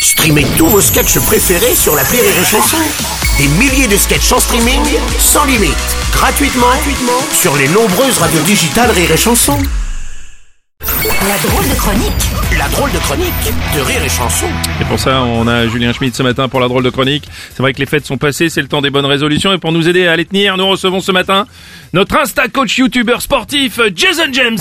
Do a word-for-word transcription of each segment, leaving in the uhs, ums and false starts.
Streamez tous vos sketchs préférés sur l'appli Rire et Chanson. Des milliers de sketchs en streaming, sans limite, gratuitement, gratuitement sur les nombreuses radios digitales Rire et Chanson. La drôle de chronique. La drôle de chronique de Rire et Chanson. Et pour ça, on a Julien Schmitt ce matin pour la drôle de chronique. C'est vrai que les fêtes sont passées, c'est le temps des bonnes résolutions. Et pour nous aider à les tenir, nous recevons ce matin notre Insta-coach youtubeur sportif, Jason James.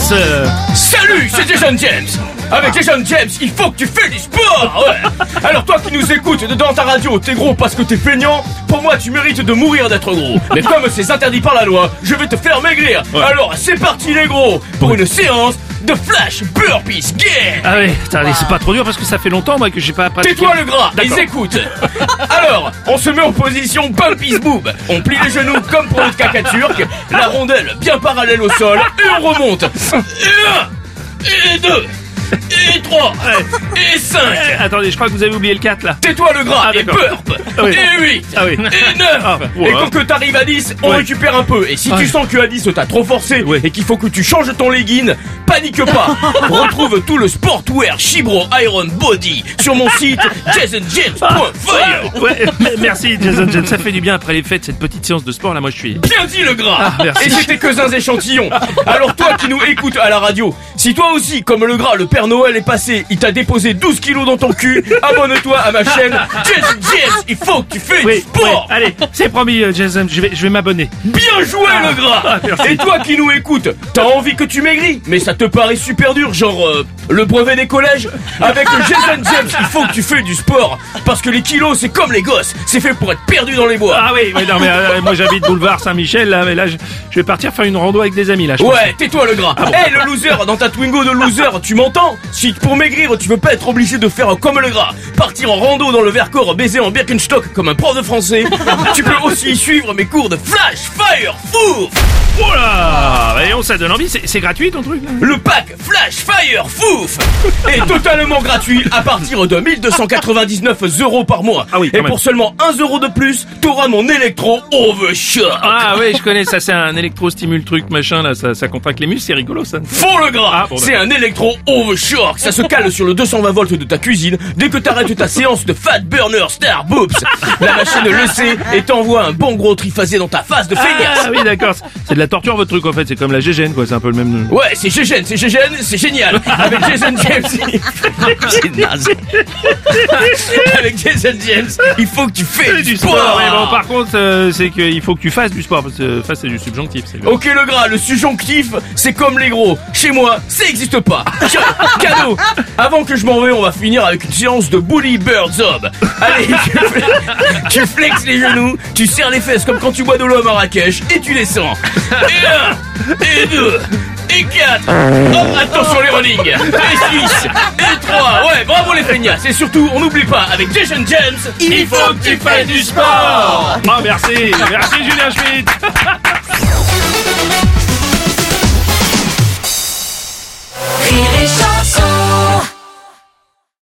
Salut, c'est Jason James. Avec Jason James, il faut que tu fais du sport, ouais. Alors toi qui nous écoutes dans ta radio, t'es gros parce que t'es feignant. Pour moi, tu mérites de mourir d'être gros. Mais comme c'est interdit par la loi, je vais te faire maigrir. Ouais. Alors c'est parti les gros pour une séance de flash burpees gay. Ah oui, attendez, c'est pas trop dur parce que ça fait longtemps moi que j'ai pas pratiqué. Tais-toi le gras, D'accord. ils écooutent. Alors, on se met en position burpees boob. On plie les genoux comme pour notre caca turc. La rondelle bien parallèle au sol. Et on remonte. Et un, et deux, et trois, et cinq. Eh, attendez, je crois que vous avez oublié le quatre là. Tais-toi le gras, Ah, et d'accord. burp. Ah oui. Et huit, Ah oui. et neuf. Ah, ouais. Et quand que t'arrives à dix, on Ouais. récupère un peu. Et si Ouais. tu sens que à dix t'as trop forcé Ouais. et qu'il faut que tu changes ton legging, panique pas. Retrouve tout le sportwear Chibro Iron Body sur mon site jason james point fire. Ouais, m- merci Jason James, ça fait du bien après les fêtes, cette petite séance de sport là, moi je suis... Bien dit le gras. Ah, merci. Et c'était que un échantillon. Alors toi qui nous écoutes à la radio, si toi aussi, comme le gras, le Père Noël est passé, il t'a déposé douze kilos dans ton cul, abonne-toi à ma chaîne Jason James. Il faut que tu fais Oui, du sport. oui, allez, c'est promis euh, Jason, je vais, je vais m'abonner. Bien joué Ah. le gras. Ah, merci. Et toi qui nous écoutes, t'as envie que tu maigris, mais ça te paraît super dur, genre euh, le brevet des collèges. Avec Jason James, il faut que tu fais du sport, parce que les kilos c'est comme les gosses, c'est fait pour être perdu dans les bois. Ah oui, oui, non mais euh, moi j'habite boulevard Saint-Michel là, mais là je, je vais partir faire une rando avec des amis là. Je pense. Ouais, tais-toi le gras. Eh le loser, dans ta Twingo de loser, tu m'entends? Si pour maigrir, tu veux pas être obligé de faire comme le gras, partir en rando dans le Vercors, baiser en Birkenstock comme un prof de français, tu peux aussi suivre mes cours de Flash Fire Fouf. Oh là, voyons, ça donne envie, c'est, c'est gratuit ton truc là. Le pack Flash Fire Fouf est totalement gratuit à partir de mille deux cent quatre-vingt-dix-neuf euros par mois. Ah oui, quand Et même. pour seulement un euro de plus, t'auras mon électro Overshock. Ah oui, je connais ça, c'est un électro-stimule truc machin là, ça, ça contracte les muscles, c'est rigolo ça. Faux le gras, Ah, bon, c'est un électro Overshock. Ça se cale sur le deux cent vingt volts de ta cuisine dès que t'arrêtes ta séance de Fat Burner Star Boobs. La machine le sait et t'envoie un bon gros triphasé dans ta face de feignasse. Ah oui d'accord, c'est de la torture votre truc en fait, c'est comme la gégène quoi, c'est un peu le même... Ouais, c'est gégène, c'est gégène, c'est génial. Avec Jason James, c'est naze. Avec Jason James, il faut que tu fais du sport. Ouais, bon, par contre, euh, c'est qu'il faut que tu fasses du sport, parce que face c'est du subjonctif. C'est... Ok le gras, le subjonctif, c'est comme les gros. Chez moi, ça existe pas. Tiens, cadeau. Avant que je m'en vais, on va finir avec une séance de Bully Bird Zob. Allez, tu, fle- tu flexes les genoux, tu serres les fesses comme quand tu bois de l'eau à Marrakech et tu descends. Et un, et deux, et quatre. Oh, attention les running. Et six, et trois. Ouais, bravo les feignasses. Et surtout, on n'oublie pas, avec Jason James, il faut que tu fasses du sport. Ah merci, merci Julien Schmitt.